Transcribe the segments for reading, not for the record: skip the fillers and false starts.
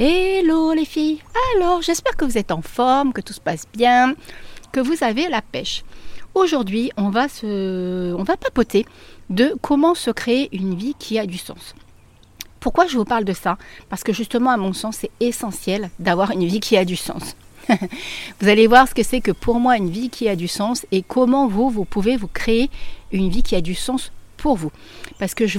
Hello les filles. Alors, j'espère que vous êtes en forme, que tout se passe bien, que vous avez la pêche. Aujourd'hui, on va papoter de comment se créer une vie qui a du sens. Pourquoi je vous parle de ça? Parce que justement, à mon sens, c'est essentiel d'avoir une vie qui a du sens. Vous allez voir ce que c'est que pour moi une vie qui a du sens et comment vous pouvez vous créer une vie qui a du sens pour vous. Parce que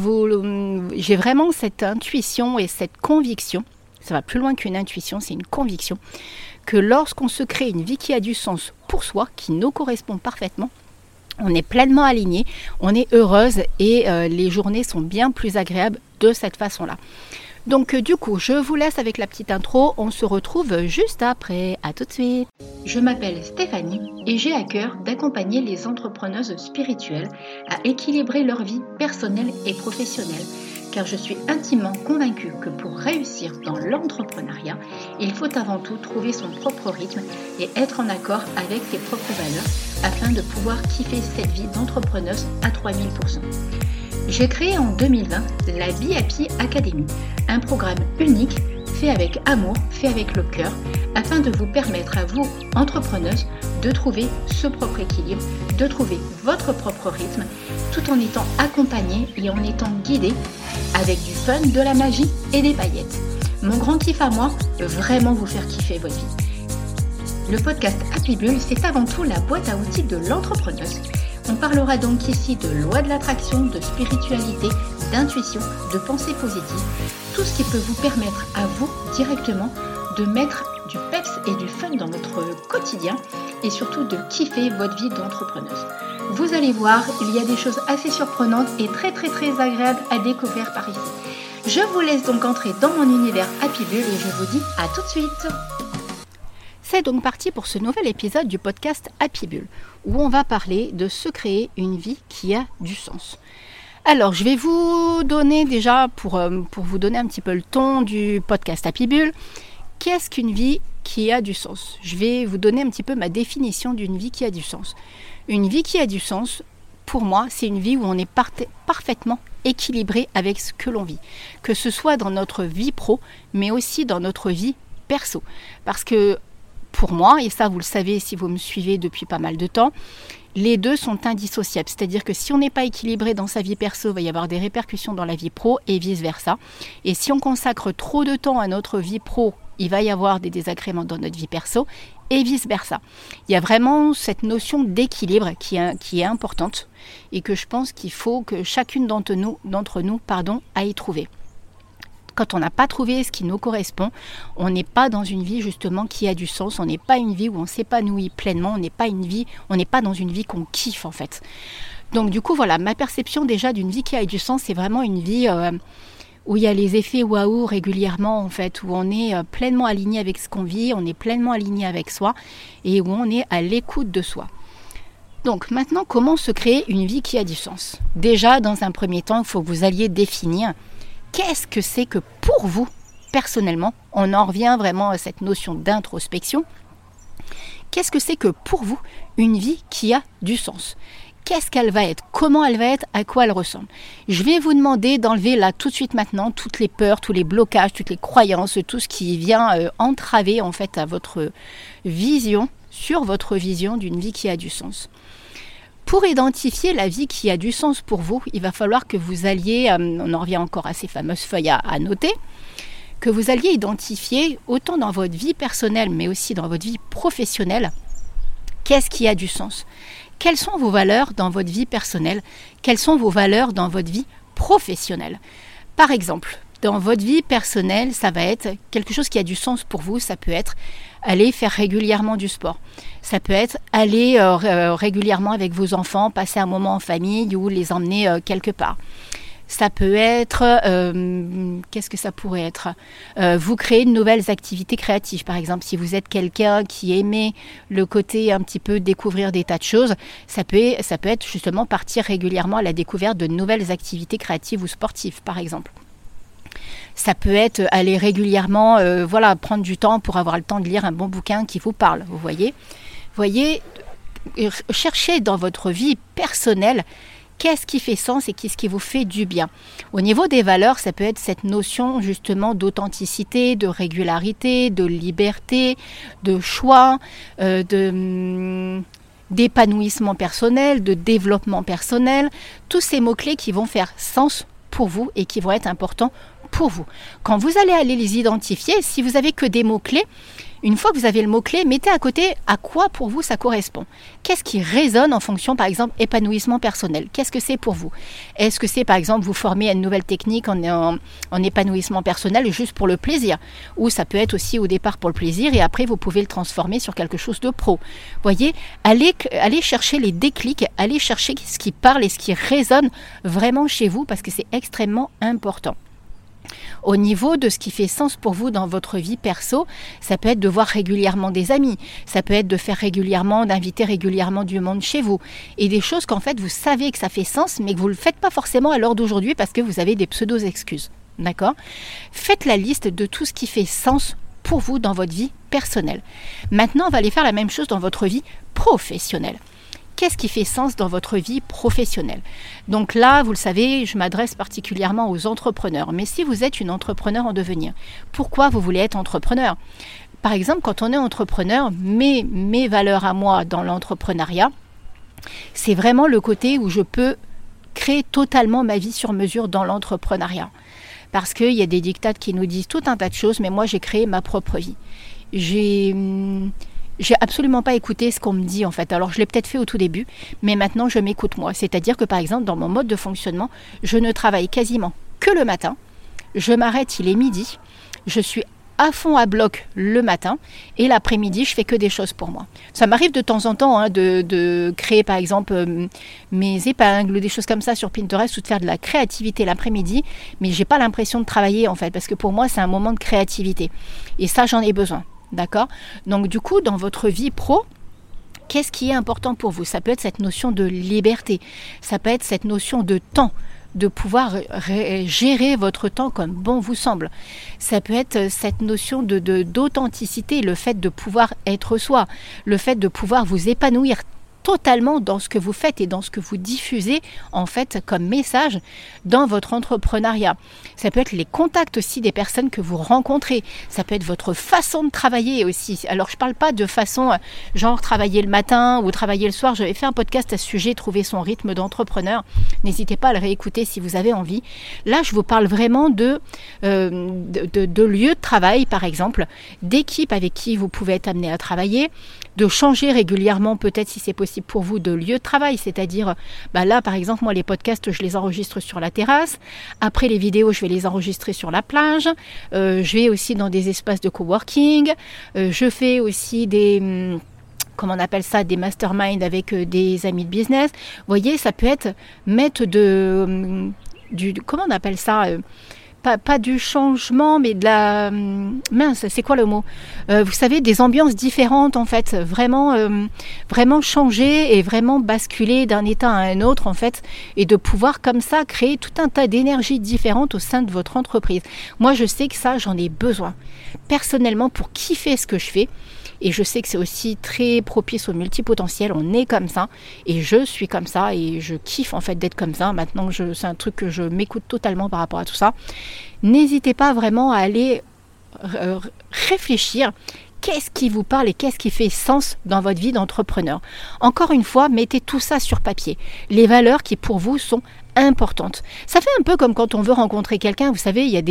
j'ai vraiment cette intuition et cette conviction, ça va plus loin qu'une intuition, c'est une conviction, que lorsqu'on se crée une vie qui a du sens pour soi, qui nous correspond parfaitement, on est pleinement aligné, on est heureuse et les journées sont bien plus agréables de cette façon-là. Donc du coup, je vous laisse avec la petite intro, on se retrouve juste après, à tout de suite. Je m'appelle Stéphanie et j'ai à cœur d'accompagner les entrepreneuses spirituelles à équilibrer leur vie personnelle et professionnelle, car je suis intimement convaincue que pour réussir dans l'entrepreneuriat, il faut avant tout trouver son propre rythme et être en accord avec ses propres valeurs afin de pouvoir kiffer cette vie d'entrepreneuse à 3000%. J'ai créé en 2020 la Be Happy Academy, un programme unique fait avec amour, fait avec le cœur, afin de vous permettre à vous, entrepreneuses, de trouver ce propre équilibre, de trouver votre propre rythme, tout en étant accompagné et en étant guidé avec du fun, de la magie et des paillettes. Mon grand kiff à moi, vraiment vous faire kiffer votre vie. Le podcast Happy Bull, c'est avant tout la boîte à outils de l'entrepreneuse. On parlera donc ici de loi de l'attraction, de spiritualité, d'intuition, de pensée positive, tout ce qui peut vous permettre à vous directement de mettre du peps et du fun dans votre quotidien et surtout de kiffer votre vie d'entrepreneuse. Vous allez voir, il y a des choses assez surprenantes et très agréables à découvrir par ici. Je vous laisse donc entrer dans mon univers Happy Bull et je vous dis à tout de suite. C'est donc parti pour ce nouvel épisode du podcast Happy Bull, où on va parler de se créer une vie qui a du sens. Alors, je vais vous donner déjà, pour vous donner un petit peu le ton du podcast Happy Bull, qu'est-ce qu'une vie qui a du sens? Je vais vous donner un petit peu ma définition d'une vie qui a du sens. Une vie qui a du sens, pour moi, c'est une vie où on est parfaitement équilibré avec ce que l'on vit. Que ce soit dans notre vie pro, mais aussi dans notre vie perso. Parce que pour moi, et ça vous le savez si vous me suivez depuis pas mal de temps, les deux sont indissociables. C'est-à-dire que si on n'est pas équilibré dans sa vie perso, il va y avoir des répercussions dans la vie pro et vice-versa. Et si on consacre trop de temps à notre vie pro, il va y avoir des désagréments dans notre vie perso et vice-versa. Il y a vraiment cette notion d'équilibre qui est importante et que je pense qu'il faut que chacune d'entre nous aille trouver. Quand on n'a pas trouvé ce qui nous correspond, on n'est pas dans une vie justement qui a du sens, on n'est pas une vie où on s'épanouit pleinement, on n'est pas dans une vie qu'on kiffe en fait. Donc du coup voilà, ma perception déjà d'une vie qui a du sens, c'est vraiment une vie où il y a les effets waouh régulièrement en fait, où on est pleinement aligné avec ce qu'on vit, on est pleinement aligné avec soi et où on est à l'écoute de soi. Donc maintenant, comment se créer une vie qui a du sens? Déjà, dans un premier temps, il faut que vous alliez définir qu'est-ce que c'est que pour vous, personnellement, on en revient vraiment à cette notion d'introspection. Qu'est-ce que c'est que pour vous une vie qui a du sens? Qu'est-ce qu'elle va être? Comment elle va être? À quoi elle ressemble? Je vais vous demander d'enlever là tout de suite maintenant toutes les peurs, tous les blocages, toutes les croyances, tout ce qui vient entraver en fait à votre vision, sur votre vision d'une vie qui a du sens. Pour identifier la vie qui a du sens pour vous, il va falloir que vous alliez, on en revient encore à ces fameuses feuilles à noter, que vous alliez identifier autant dans votre vie personnelle mais aussi dans votre vie professionnelle, qu'est-ce qui a du sens? Quelles sont vos valeurs dans votre vie personnelle? Quelles sont vos valeurs dans votre vie professionnelle? Par exemple, dans votre vie personnelle, ça va être quelque chose qui a du sens pour vous. Ça peut être aller faire régulièrement du sport. Ça peut être aller régulièrement avec vos enfants, passer un moment en famille ou les emmener quelque part. Ça peut être, qu'est-ce que ça pourrait être? Vous créer de nouvelles activités créatives. Par exemple, si vous êtes quelqu'un qui aimait le côté un petit peu découvrir des tas de choses, ça peut être justement partir régulièrement à la découverte de nouvelles activités créatives ou sportives, par exemple. Ça peut être aller régulièrement, prendre du temps pour avoir le temps de lire un bon bouquin qui vous parle, vous voyez. Cherchez dans votre vie personnelle Qu'est-ce qui fait sens et qu'est-ce qui vous fait du bien? Au niveau des valeurs, ça peut être cette notion justement d'authenticité, de régularité, de liberté, de choix, d'épanouissement personnel, de développement personnel. Tous ces mots-clés qui vont faire sens pour vous et qui vont être importants pour vous. Quand vous allez aller les identifier, si vous n'avez que des mots-clés, une fois que vous avez le mot-clé, mettez à côté à quoi pour vous ça correspond. Qu'est-ce qui résonne en fonction, par exemple, épanouissement personnel? Qu'est-ce que c'est pour vous? Est-ce que c'est, par exemple, vous former à une nouvelle technique en épanouissement personnel juste pour le plaisir? Ou ça peut être aussi au départ pour le plaisir et après vous pouvez le transformer sur quelque chose de pro. Voyez, allez chercher les déclics, allez chercher ce qui parle et ce qui résonne vraiment chez vous parce que c'est extrêmement important. Au niveau de ce qui fait sens pour vous dans votre vie perso, ça peut être de voir régulièrement des amis, ça peut être de faire régulièrement, d'inviter régulièrement du monde chez vous. Et des choses qu'en fait vous savez que ça fait sens, mais que vous ne le faites pas forcément à l'heure d'aujourd'hui parce que vous avez des pseudo-excuses. D'accord ? Faites la liste de tout ce qui fait sens pour vous dans votre vie personnelle. Maintenant, on va aller faire la même chose dans votre vie professionnelle. Qu'est-ce qui fait sens dans votre vie professionnelle? Donc là, vous le savez, je m'adresse particulièrement aux entrepreneurs. Mais si vous êtes une entrepreneur en devenir, pourquoi vous voulez être entrepreneur? Par exemple, quand on est entrepreneur, mes valeurs à moi dans l'entrepreneuriat, c'est vraiment le côté où je peux créer totalement ma vie sur mesure dans l'entrepreneuriat. Parce qu'il y a des dictats qui nous disent tout un tas de choses, mais moi j'ai créé ma propre vie. J'ai absolument pas écouté ce qu'on me dit en fait. Alors je l'ai peut-être fait au tout début, mais maintenant je m'écoute moi. C'est-à-dire que par exemple dans mon mode de fonctionnement, je ne travaille quasiment que le matin. Je m'arrête, il est midi. Je suis à fond à bloc le matin et l'après-midi je fais que des choses pour moi. Ça m'arrive de temps en temps de créer par exemple mes épingles, des choses comme ça sur Pinterest ou de faire de la créativité l'après-midi, mais j'ai pas l'impression de travailler en fait parce que pour moi c'est un moment de créativité et ça j'en ai besoin. D'accord ? Donc du coup, dans votre vie pro, qu'est-ce qui est important pour vous? Ça peut être cette notion de liberté, ça peut être cette notion de temps, de pouvoir gérer votre temps comme bon vous semble. Ça peut être cette notion d'authenticité, le fait de pouvoir être soi, le fait de pouvoir vous épanouir totalement dans ce que vous faites et dans ce que vous diffusez en fait comme message dans votre entrepreneuriat. Ça peut être les contacts aussi des personnes que vous rencontrez. Ça peut être votre façon de travailler aussi. Alors je ne parle pas de façon genre travailler le matin ou travailler le soir. J'avais fait un podcast à ce sujet, trouver son rythme d'entrepreneur. N'hésitez pas à le réécouter si vous avez envie. Là, je vous parle vraiment de lieu de travail par exemple, d'équipe avec qui vous pouvez être amené à travailler, de changer régulièrement peut-être si c'est possible pour vous de lieu de travail, c'est-à-dire là par exemple moi les podcasts je les enregistre sur la terrasse, après les vidéos je vais les enregistrer sur la plage, je vais aussi dans des espaces de coworking, je fais aussi des comment on appelle ça, des masterminds avec des amis de business. Vous voyez, ça peut être mettre comment on appelle ça pas du changement, mais de la... Mince, c'est quoi le mot? Vous savez, des ambiances différentes, en fait. Vraiment changer et vraiment basculer d'un état à un autre, en fait. Et de pouvoir, comme ça, créer tout un tas d'énergies différentes au sein de votre entreprise. Moi, je sais que ça, j'en ai besoin. Personnellement, pour kiffer ce que je fais. Et je sais que c'est aussi très propice au multipotentiel. On est comme ça. Et je suis comme ça. Et je kiffe en fait d'être comme ça. Maintenant, c'est un truc que je m'écoute totalement par rapport à tout ça. N'hésitez pas vraiment à aller réfléchir. Qu'est-ce qui vous parle et qu'est-ce qui fait sens dans votre vie d'entrepreneur? Encore une fois, mettez tout ça sur papier. Les valeurs qui pour vous sont importantes. Ça fait un peu comme quand on veut rencontrer quelqu'un. Vous savez, il y a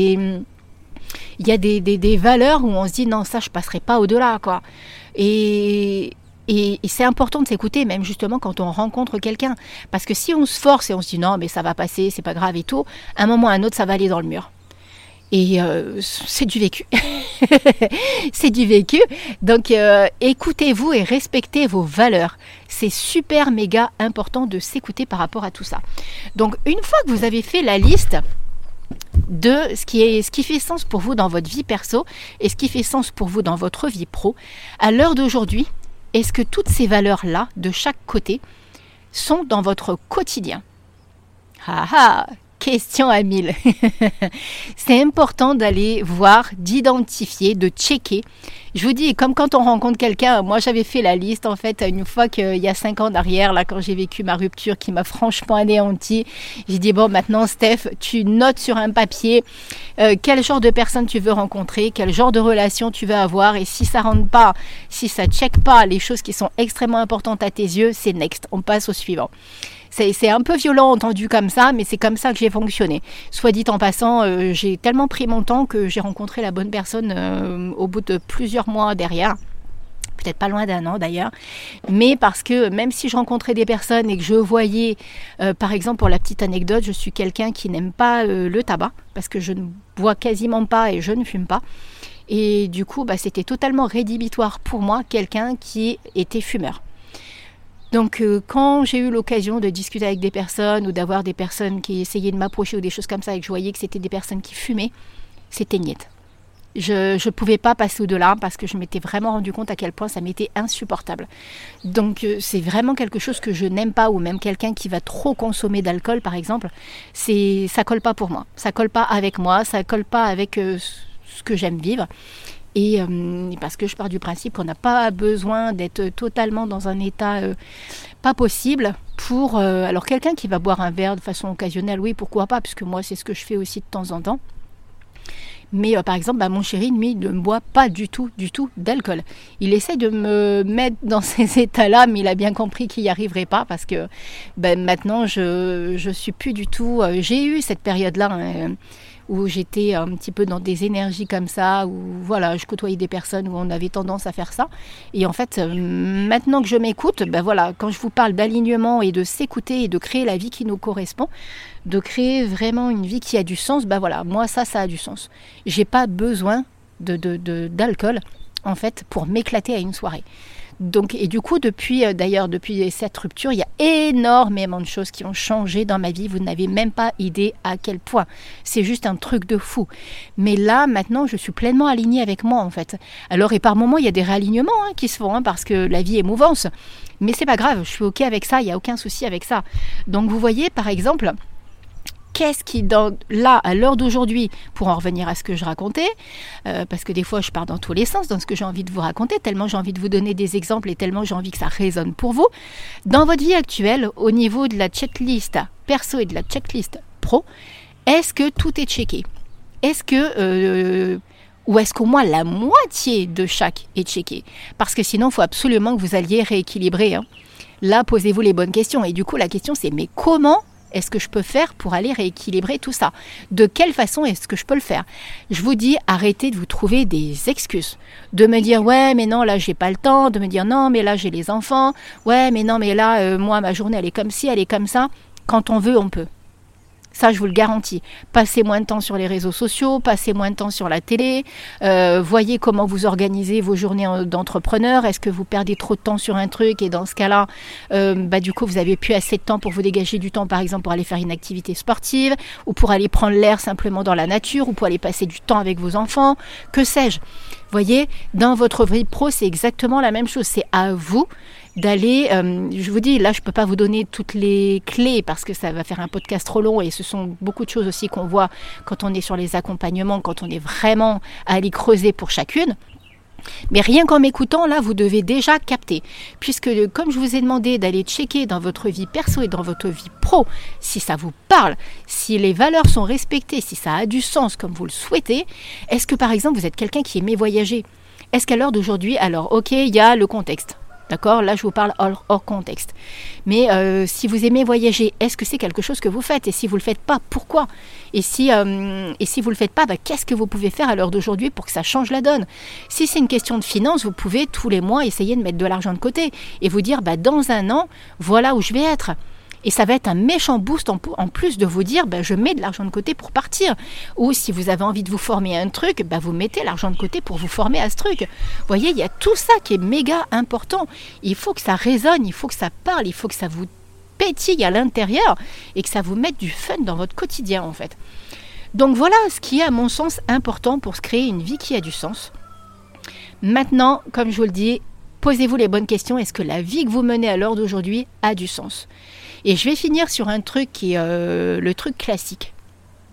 des valeurs où on se dit non, ça je passerai pas au-delà quoi. Et c'est important de s'écouter même justement quand on rencontre quelqu'un, parce que si on se force et on se dit non mais ça va passer, c'est pas grave et tout, à un moment ou à un autre ça va aller dans le mur. Et c'est du vécu. C'est du vécu. Donc écoutez-vous et respectez vos valeurs. C'est super méga important de s'écouter par rapport à tout ça. Donc une fois que vous avez fait la liste de ce qui fait sens pour vous dans votre vie perso et ce qui fait sens pour vous dans votre vie pro, à l'heure d'aujourd'hui, est-ce que toutes ces valeurs-là, de chaque côté, sont dans votre quotidien? question à 1000. C'est important d'aller voir, d'identifier, de checker. Je vous dis, comme quand on rencontre quelqu'un, moi j'avais fait la liste en fait une fois qu'il y a 5 ans d'arrière, là quand j'ai vécu ma rupture qui m'a franchement anéantie. J'ai dit bon maintenant Steph, tu notes sur un papier quel genre de personne tu veux rencontrer, quel genre de relation tu veux avoir et si ça rentre pas, si ça check pas les choses qui sont extrêmement importantes à tes yeux, c'est next, on passe au suivant. C'est un peu violent entendu comme ça, mais c'est comme ça que j'ai fonctionné. Soit dit en passant, j'ai tellement pris mon temps que j'ai rencontré la bonne personne au bout de plusieurs mois derrière. Peut-être pas loin d'1 an d'ailleurs, mais parce que même si je rencontrais des personnes et que je voyais, par exemple pour la petite anecdote, je suis quelqu'un qui n'aime pas le tabac, parce que je ne bois quasiment pas et je ne fume pas. Et du coup, c'était totalement rédhibitoire pour moi, quelqu'un qui était fumeur. Donc quand j'ai eu l'occasion de discuter avec des personnes ou d'avoir des personnes qui essayaient de m'approcher ou des choses comme ça et que je voyais que c'était des personnes qui fumaient, c'était niette. Je ne pouvais pas passer au-delà parce que je m'étais vraiment rendu compte à quel point ça m'était insupportable. Donc c'est vraiment quelque chose que je n'aime pas, ou même quelqu'un qui va trop consommer d'alcool par exemple, ça colle pas pour moi. Ça colle pas avec moi, ça colle pas avec ce que j'aime vivre. Et parce que je pars du principe qu'on n'a pas besoin d'être totalement dans un état pas possible pour... alors quelqu'un qui va boire un verre de façon occasionnelle, oui pourquoi pas, puisque moi c'est ce que je fais aussi de temps en temps. Mais par exemple, mon chéri, lui, ne boit pas du tout d'alcool. Il essaie de me mettre dans ces états-là, mais il a bien compris qu'il n'y arriverait pas parce que maintenant, je suis plus du tout... j'ai eu cette période-là où j'étais un petit peu dans des énergies comme ça, où voilà, je côtoyais des personnes où on avait tendance à faire ça. Et en fait, maintenant que je m'écoute, quand je vous parle d'alignement et de s'écouter et de créer la vie qui nous correspond, de créer vraiment une vie qui a du sens, moi ça a du sens. J'ai pas besoin d'alcool en fait pour m'éclater à une soirée. Donc, et du coup, depuis cette rupture, il y a énormément de choses qui ont changé dans ma vie. Vous n'avez même pas idée à quel point. C'est juste un truc de fou. Mais là, maintenant, je suis pleinement alignée avec moi, en fait. Alors, et par moments, il y a des réalignements qui se font, parce que la vie est mouvance. Mais c'est pas grave, je suis OK avec ça, il n'y a aucun souci avec ça. Donc, vous voyez, par exemple... Qu'est-ce qui, là, à l'heure d'aujourd'hui, pour en revenir à ce que je racontais, parce que des fois, je pars dans tous les sens, dans ce que j'ai envie de vous raconter, tellement j'ai envie de vous donner des exemples et tellement j'ai envie que ça résonne pour vous. Dans votre vie actuelle, au niveau de la checklist perso et de la checklist pro, est-ce que tout est checké ? Est-ce que... ou est-ce qu'au moins la moitié de chaque est checké ? Parce que sinon, il faut absolument que vous alliez rééquilibrer. Là, posez-vous les bonnes questions. Et du coup, la question, c'est mais comment est-ce que je peux faire pour aller rééquilibrer tout ça ? De quelle façon est-ce que je peux le faire ? Je vous dis, arrêtez de vous trouver des excuses. De me dire, ouais, mais non, là, j'ai pas le temps. De me dire, non, mais là, j'ai les enfants. Ouais, mais non, mais là, moi, ma journée, elle est comme ci, elle est comme ça. Quand on veut, on peut. Ça, je vous le garantis. Passez moins de temps sur les réseaux sociaux, passez moins de temps sur la télé, voyez comment vous organisez vos journées d'entrepreneur. Est-ce que vous perdez trop de temps sur un truc et dans ce cas-là, du coup, vous n'avez plus assez de temps pour vous dégager du temps, par exemple, pour aller faire une activité sportive ou pour aller prendre l'air simplement dans la nature ou pour aller passer du temps avec vos enfants, que sais-je. Voyez, dans votre vie pro, c'est exactement la même chose. C'est à vous d'aller, je vous dis, là je ne peux pas vous donner toutes les clés parce que ça va faire un podcast trop long et ce sont beaucoup de choses aussi qu'on voit quand on est sur les accompagnements, quand on est vraiment à aller creuser pour chacune. Mais rien qu'en m'écoutant, là, vous devez déjà capter. Puisque, comme je vous ai demandé d'aller checker dans votre vie perso et dans votre vie pro, si ça vous parle, si les valeurs sont respectées, si ça a du sens comme vous le souhaitez, est-ce que, par exemple, vous êtes quelqu'un qui aimait voyager ? Est-ce qu'à l'heure d'aujourd'hui, alors, ok, il y a le contexte. D'accord ? Là, je vous parle hors contexte. Mais si vous aimez voyager, est-ce que c'est quelque chose que vous faites ? Et si vous ne le faites pas, pourquoi ? Et si vous ne le faites pas, qu'est-ce que vous pouvez faire à l'heure d'aujourd'hui pour que ça change la donne ? Si c'est une question de finances, vous pouvez tous les mois essayer de mettre de l'argent de côté et vous dire, dans 1 an, voilà où je vais être. Et ça va être un méchant boost en plus de vous dire, je mets de l'argent de côté pour partir. Ou si vous avez envie de vous former à un truc, vous mettez l'argent de côté pour vous former à ce truc. Vous voyez, il y a tout ça qui est méga important. Il faut que ça résonne, il faut que ça parle, il faut que ça vous pétille à l'intérieur et que ça vous mette du fun dans votre quotidien en fait. Donc voilà ce qui est à mon sens important pour se créer une vie qui a du sens. Maintenant, comme je vous le dis, posez-vous les bonnes questions. Est-ce que la vie que vous menez à l'heure d'aujourd'hui a du sens ? Et je vais finir sur un truc qui est le truc classique, d'accord ?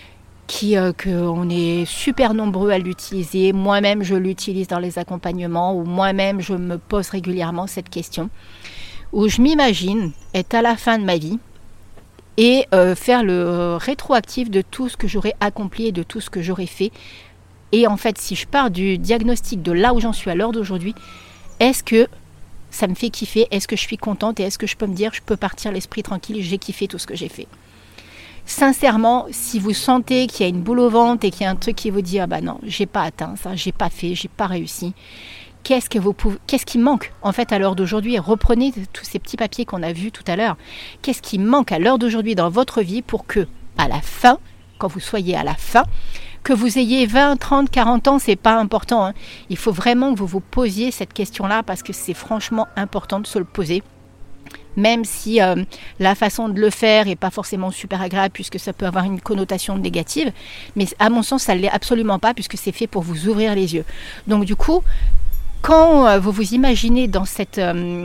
Qu'on est super nombreux à l'utiliser. Moi-même, je l'utilise dans les accompagnements, ou moi-même, je me pose régulièrement cette question, où je m'imagine être à la fin de ma vie et faire le rétroactif de tout ce que j'aurais accompli et de tout ce que j'aurais fait. Et en fait, si je pars du diagnostic de là où j'en suis à l'heure d'aujourd'hui, est-ce que ça me fait kiffer ? Est-ce que je suis contente ? Et est-ce que je peux me dire, je peux partir l'esprit tranquille, j'ai kiffé tout ce que j'ai fait ? Sincèrement, si vous sentez qu'il y a une boule au ventre et qu'il y a un truc qui vous dit « Ah bah non, j'ai pas atteint ça, j'ai pas fait, j'ai pas réussi », qu'est-ce qui manque en fait à l'heure d'aujourd'hui ? Reprenez tous ces petits papiers qu'on a vus tout à l'heure. Qu'est-ce qui manque à l'heure d'aujourd'hui dans votre vie pour que, à la fin, quand vous soyez à la fin, que vous ayez 20, 30, 40 ans, c'est pas important. Hein. Il faut vraiment que vous vous posiez cette question-là parce que c'est franchement important de se le poser. Même si la façon de le faire n'est pas forcément super agréable puisque ça peut avoir une connotation négative. Mais à mon sens, ça ne l'est absolument pas puisque c'est fait pour vous ouvrir les yeux. Donc du coup, quand vous vous imaginez dans cette...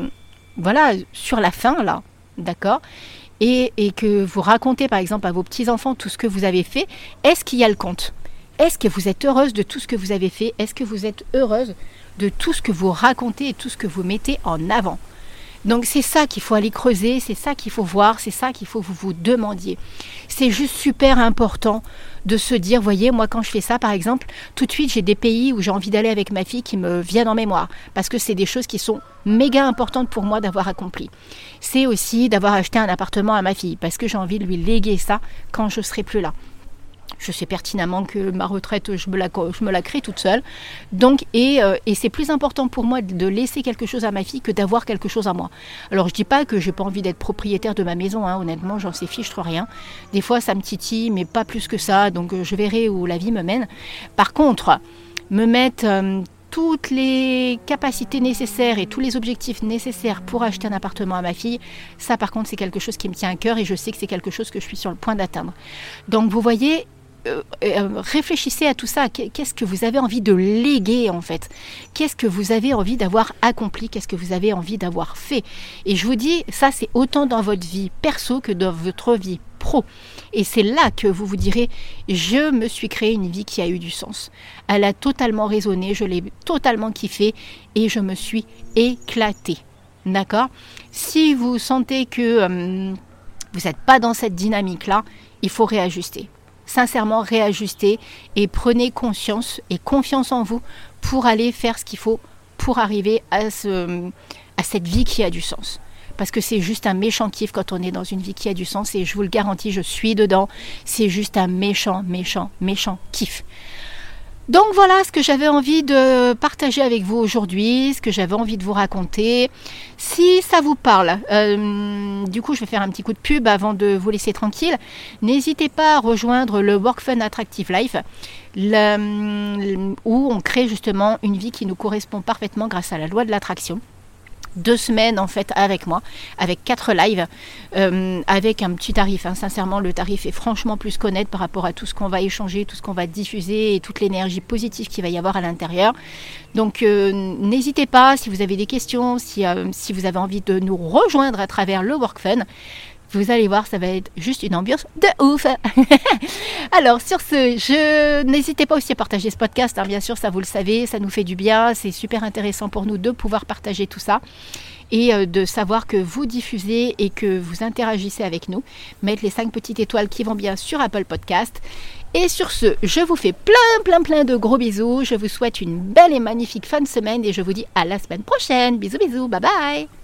sur la fin, là, d'accord ? Et que vous racontez par exemple à vos petits-enfants tout ce que vous avez fait, est-ce qu'il y a le compte ? Est-ce que vous êtes heureuse de tout ce que vous avez fait ? Est-ce que vous êtes heureuse de tout ce que vous racontez et tout ce que vous mettez en avant ? Donc c'est ça qu'il faut aller creuser, c'est ça qu'il faut voir, c'est ça qu'il faut que vous vous demandiez. C'est juste super important de se dire, voyez, moi quand je fais ça par exemple, tout de suite j'ai des pays où j'ai envie d'aller avec ma fille qui me viennent en mémoire, parce que c'est des choses qui sont méga importantes pour moi d'avoir accompli. C'est aussi d'avoir acheté un appartement à ma fille, parce que j'ai envie de lui léguer ça quand je ne serai plus là. Je sais pertinemment que ma retraite, je me la crée toute seule. Donc, et c'est plus important pour moi de laisser quelque chose à ma fille que d'avoir quelque chose à moi. Alors, je ne dis pas que je n'ai pas envie d'être propriétaire de ma maison. Hein. Honnêtement, j'en sais fiche trop rien. Des fois, ça me titille, mais pas plus que ça. Donc, je verrai où la vie me mène. Par contre, me mettre toutes les capacités nécessaires et tous les objectifs nécessaires pour acheter un appartement à ma fille, ça, par contre, c'est quelque chose qui me tient à cœur et je sais que c'est quelque chose que je suis sur le point d'atteindre. Donc, vous voyez... réfléchissez à tout ça. Qu'est-ce que vous avez envie de léguer en fait ? Qu'est-ce que vous avez envie d'avoir accompli ? Qu'est-ce que vous avez envie d'avoir fait ? Et je vous dis, ça c'est autant dans votre vie perso que dans votre vie pro. Et c'est là que vous vous direz, je me suis créé une vie qui a eu du sens. Elle a totalement résonné, je l'ai totalement kiffé et je me suis éclatée. D'accord ? Si vous sentez que vous n'êtes pas dans cette dynamique-là, il faut réajuster. Sincèrement, réajuster et prenez conscience et confiance en vous pour aller faire ce qu'il faut pour arriver à cette vie qui a du sens. Parce que c'est juste un méchant kiff quand on est dans une vie qui a du sens et je vous le garantis, je suis dedans. C'est juste un méchant kiff. Donc voilà ce que j'avais envie de partager avec vous aujourd'hui, ce que j'avais envie de vous raconter. Si ça vous parle, du coup je vais faire un petit coup de pub avant de vous laisser tranquille. N'hésitez pas à rejoindre le Work Fun Attractive Life, où on crée justement une vie qui nous correspond parfaitement grâce à la loi de l'attraction. 2 semaines en fait avec moi, avec 4 lives, avec un petit tarif. Hein. Sincèrement, le tarif est franchement plus qu'honnête par rapport à tout ce qu'on va échanger, tout ce qu'on va diffuser et toute l'énergie positive qu'il va y avoir à l'intérieur. Donc n'hésitez pas, si vous avez des questions, si vous avez envie de nous rejoindre à travers le Work Fun, vous allez voir, ça va être juste une ambiance de ouf. Alors, sur ce, n'hésitez pas aussi à partager ce podcast. Hein, bien sûr, ça vous le savez, ça nous fait du bien. C'est super intéressant pour nous de pouvoir partager tout ça et de savoir que vous diffusez et que vous interagissez avec nous. Mettre les 5 petites étoiles qui vont bien sur Apple Podcast. Et sur ce, je vous fais plein de gros bisous. Je vous souhaite une belle et magnifique fin de semaine et je vous dis à la semaine prochaine. Bisous, bye bye.